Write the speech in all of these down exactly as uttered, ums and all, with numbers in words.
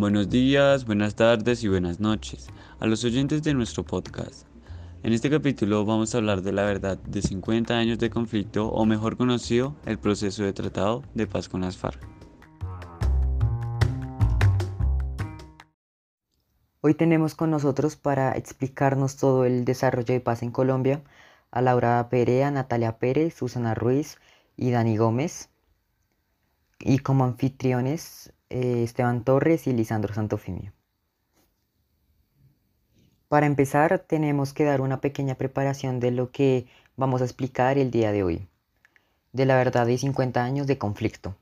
Buenos días, buenas tardes y buenas noches a los oyentes de nuestro podcast. En este capítulo vamos a hablar de la verdad de cincuenta años de conflicto, o mejor conocido, el proceso de tratado de paz con las FARC. Hoy tenemos con nosotros para explicarnos todo el desarrollo de paz en Colombia a Laura Perea, Natalia Pérez, Susana Ruiz y Dani Gómez. Y como anfitriones, eh, Esteban Torres y Lisandro Santofimio. Para empezar, tenemos que dar una pequeña preparación de lo que vamos a explicar el día de hoy, de la verdad de cincuenta años de conflicto.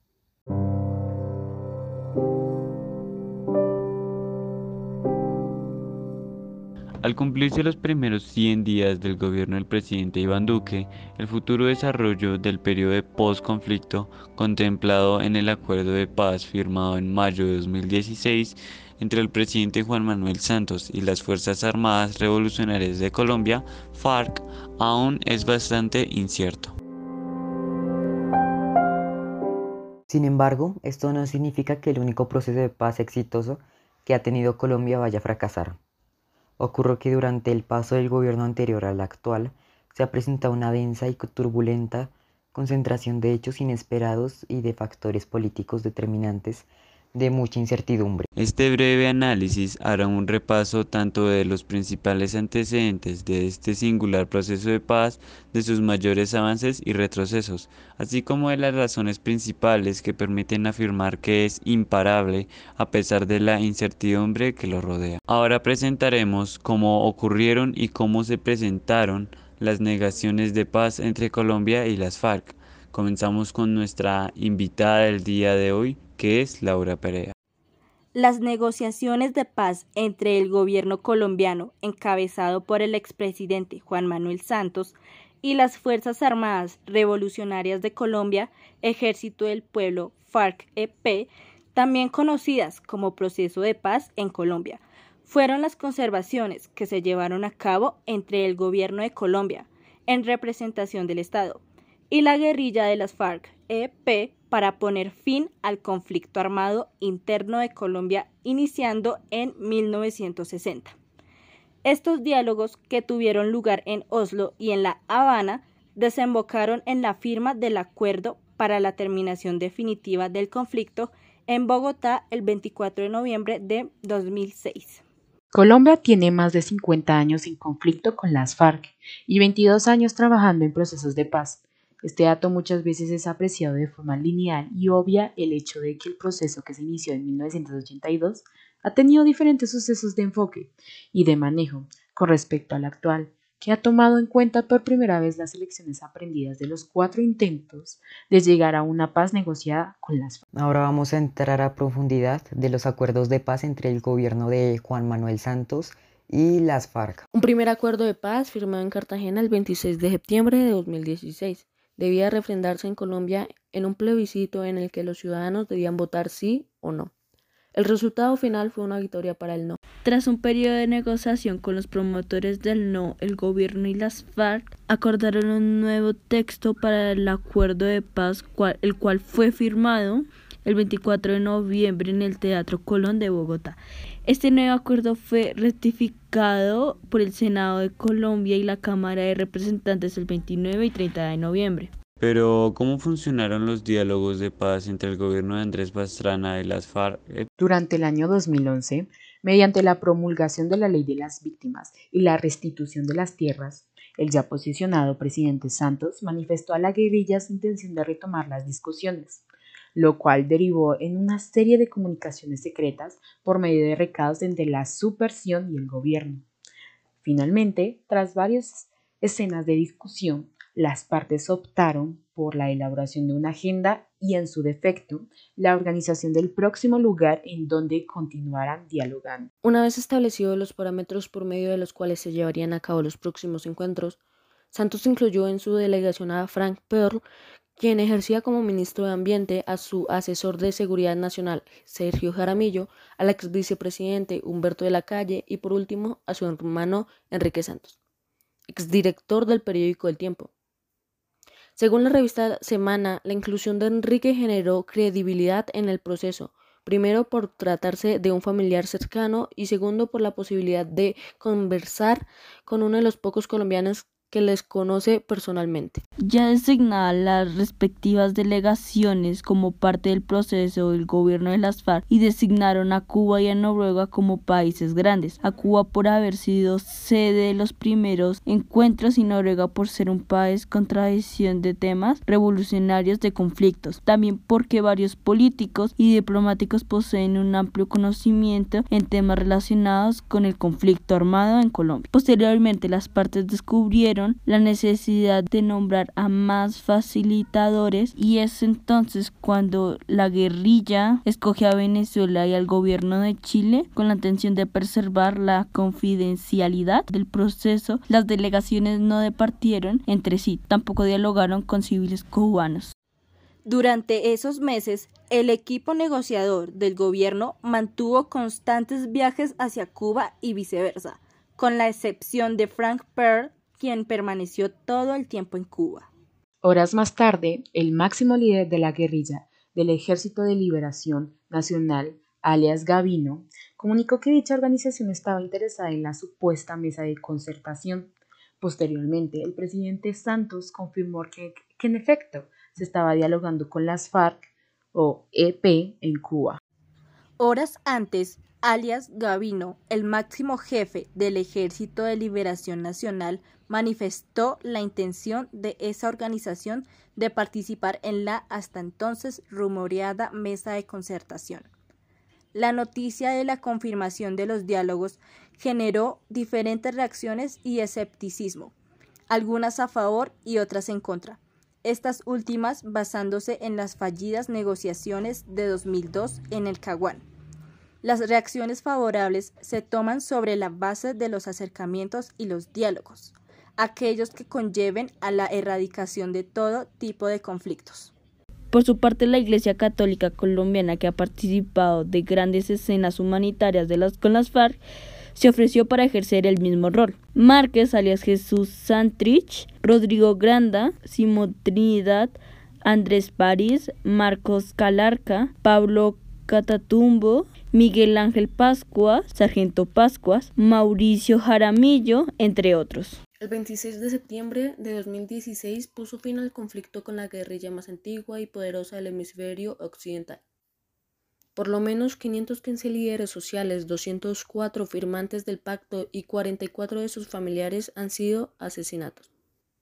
Al cumplirse los primeros cien días del gobierno del presidente Iván Duque, el futuro desarrollo del periodo de post-conflicto contemplado en el acuerdo de paz firmado en mayo de dos mil dieciséis entre el presidente Juan Manuel Santos y las Fuerzas Armadas Revolucionarias de Colombia, FARC, aún es bastante incierto. Sin embargo, esto no significa que el único proceso de paz exitoso que ha tenido Colombia vaya a fracasar. Ocurrió que durante el paso del gobierno anterior al actual se ha presentado una densa y turbulenta concentración de hechos inesperados y de factores políticos determinantes de mucha incertidumbre. Este breve análisis hará un repaso tanto de los principales antecedentes de este singular proceso de paz, de sus mayores avances y retrocesos, así como de las razones principales que permiten afirmar que es imparable a pesar de la incertidumbre que lo rodea. Ahora presentaremos cómo ocurrieron y cómo se presentaron las negaciones de paz entre Colombia y las FARC. Comenzamos con nuestra invitada del día de hoy, que es Laura Perea. Las negociaciones de paz entre el gobierno colombiano, encabezado por el expresidente Juan Manuel Santos, y las Fuerzas Armadas Revolucionarias de Colombia, Ejército del Pueblo, FARC-E P, también conocidas como Proceso de Paz en Colombia, fueron las conversaciones que se llevaron a cabo entre el gobierno de Colombia, en representación del Estado, y la guerrilla de las FARC-E P para poner fin al conflicto armado interno de Colombia iniciando en mil novecientos sesenta. Estos diálogos, que tuvieron lugar en Oslo y en La Habana, desembocaron en la firma del acuerdo para la terminación definitiva del conflicto en Bogotá el veinticuatro de noviembre de dos mil seis. Colombia tiene más de cincuenta años en conflicto con las FARC y veintidós años trabajando en procesos de paz. Este dato muchas veces es apreciado de forma lineal y obvia el hecho de que el proceso, que se inició en mil novecientos ochenta y dos, ha tenido diferentes sucesos de enfoque y de manejo con respecto al actual, que ha tomado en cuenta por primera vez las lecciones aprendidas de los cuatro intentos de llegar a una paz negociada con las FARC. Ahora vamos a entrar a profundidad de los acuerdos de paz entre el gobierno de Juan Manuel Santos y las FARC. Un primer acuerdo de paz firmado en Cartagena el veintiséis de septiembre de dos mil dieciséis. Debía refrendarse en Colombia en un plebiscito en el que los ciudadanos debían votar sí o no. El resultado final fue una victoria para el no. Tras un periodo de negociación con los promotores del no, el gobierno y las FARC acordaron un nuevo texto para el acuerdo de paz, cual, el cual fue firmado el veinticuatro de noviembre en el Teatro Colón de Bogotá. Este nuevo acuerdo fue ratificado por el Senado de Colombia y la Cámara de Representantes el veintinueve y treinta de noviembre. Pero, ¿cómo funcionaron los diálogos de paz entre el gobierno de Andrés Pastrana y las FARC? Durante el año dos mil once, mediante la promulgación de la Ley de las Víctimas y la restitución de las tierras, el ya posicionado presidente Santos manifestó a la guerrilla su intención de retomar las discusiones, lo cual derivó en una serie de comunicaciones secretas por medio de recados entre la subversión y el gobierno. Finalmente, tras varias escenas de discusión, las partes optaron por la elaboración de una agenda y, en su defecto, la organización del próximo lugar en donde continuaran dialogando. Una vez establecidos los parámetros por medio de los cuales se llevarían a cabo los próximos encuentros, Santos incluyó en su delegación a Frank Pearl, quien ejercía como ministro de Ambiente, a su asesor de Seguridad Nacional, Sergio Jaramillo, al ex vicepresidente Humberto de la Calle y, por último, a su hermano Enrique Santos, exdirector del periódico El Tiempo. Según la revista Semana, la inclusión de Enrique generó credibilidad en el proceso, primero por tratarse de un familiar cercano y segundo por la posibilidad de conversar con uno de los pocos colombianos que les conoce personalmente. Ya designadas las respectivas delegaciones como parte del proceso del gobierno de las FARC y designaron a Cuba y a Noruega como países grandes, a Cuba por haber sido sede de los primeros encuentros y Noruega por ser un país con tradición de temas revolucionarios de conflictos, también porque varios políticos y diplomáticos poseen un amplio conocimiento en temas relacionados con el conflicto armado en Colombia. Posteriormente, las partes descubrieron la necesidad de nombrar a más facilitadores y es entonces cuando la guerrilla escoge a Venezuela y al gobierno de Chile con la intención de preservar la confidencialidad del proceso. Las delegaciones no departieron entre sí, tampoco dialogaron con civiles cubanos. Durante esos meses, el equipo negociador del gobierno mantuvo constantes viajes hacia Cuba y viceversa, con la excepción de Frank Pearl, quien permaneció todo el tiempo en Cuba. Horas más tarde, el máximo líder de la guerrilla del Ejército de Liberación Nacional, alias Gavino, comunicó que dicha organización estaba interesada en la supuesta mesa de concertación. Posteriormente, el presidente Santos confirmó que, que en efecto se estaba dialogando con las FARC o E P en Cuba. Horas antes, alias Gavino, el máximo jefe del Ejército de Liberación Nacional, manifestó la intención de esa organización de participar en la hasta entonces rumoreada mesa de concertación. La noticia de la confirmación de los diálogos generó diferentes reacciones y escepticismo, algunas a favor y otras en contra. Estas últimas basándose en las fallidas negociaciones de dos mil dos en el Caguán. Las reacciones favorables se toman sobre la base de los acercamientos y los diálogos, aquellos que conlleven a la erradicación de todo tipo de conflictos. Por su parte, la Iglesia Católica Colombiana, que ha participado de grandes escenas humanitarias de las, con las FARC, se ofreció para ejercer el mismo rol. Márquez, alias Jesús Santrich, Rodrigo Granda, Simón Trinidad, Andrés París, Marcos Calarca, Pablo Catatumbo, Miguel Ángel Pascua, Sargento Pascuas, Mauricio Jaramillo, entre otros. El veintiséis de septiembre de dos mil dieciséis puso fin al conflicto con la guerrilla más antigua y poderosa del hemisferio occidental. Por lo menos quinientos quince líderes sociales, doscientos cuatro firmantes del pacto y cuarenta y cuatro de sus familiares han sido asesinados.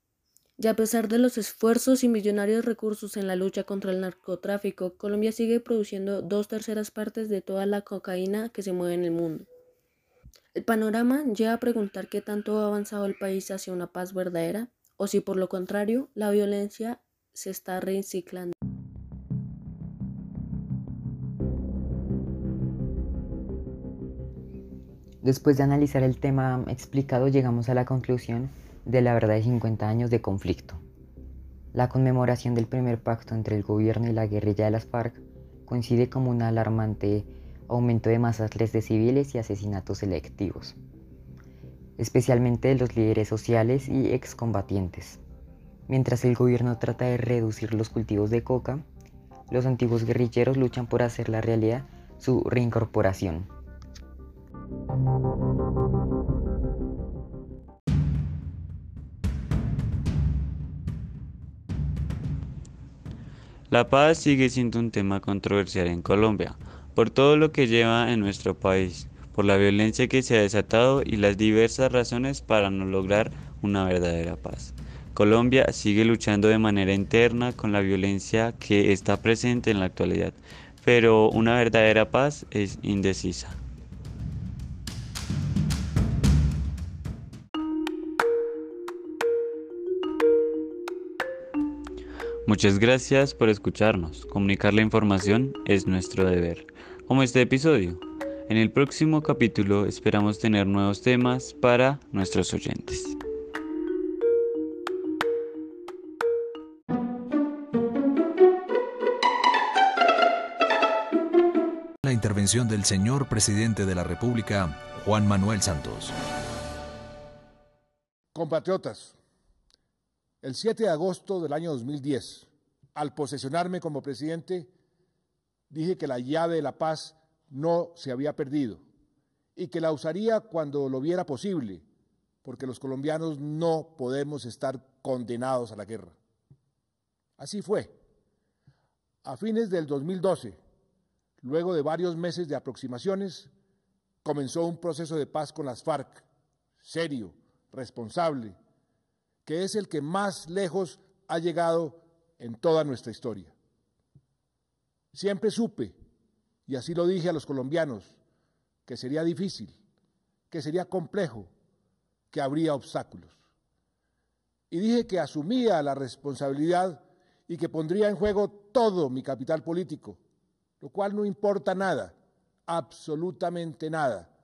Y a pesar de los esfuerzos y millonarios recursos en la lucha contra el narcotráfico, Colombia sigue produciendo dos terceras partes de toda la cocaína que se mueve en el mundo. El panorama lleva a preguntar qué tanto ha avanzado el país hacia una paz verdadera, o si por lo contrario, la violencia se está reciclando. Después de analizar el tema explicado, llegamos a la conclusión de la verdad de cincuenta años de conflicto. La conmemoración del primer pacto entre el gobierno y la guerrilla de las FARC coincide como un alarmante aumento de masacres de civiles y asesinatos selectivos, especialmente de los líderes sociales y excombatientes. Mientras el gobierno trata de reducir los cultivos de coca, los antiguos guerrilleros luchan por hacer la realidad su reincorporación. La paz sigue siendo un tema controversial en Colombia, por todo lo que lleva en nuestro país, por la violencia que se ha desatado y las diversas razones para no lograr una verdadera paz. Colombia sigue luchando de manera interna con la violencia que está presente en la actualidad, pero una verdadera paz es indecisa. Muchas gracias por escucharnos. Comunicar la información es nuestro deber. Como este episodio. En el próximo capítulo esperamos tener nuevos temas para nuestros oyentes. La intervención del señor presidente de la República, Juan Manuel Santos. Compatriotas, el siete de agosto del año dos mil diez, al posesionarme como presidente, Dije que la llave de la paz no se había perdido y que la usaría cuando lo viera posible, porque los colombianos no podemos estar condenados a la guerra. Así fue. A fines del dos mil doce, luego de varios meses de aproximaciones, comenzó un proceso de paz con las FARC, serio, responsable, que es el que más lejos ha llegado en toda nuestra historia. Siempre supe, y así lo dije a los colombianos, que sería difícil, que sería complejo, que habría obstáculos. Y dije que asumía la responsabilidad y que pondría en juego todo mi capital político, lo cual no importa nada, absolutamente nada,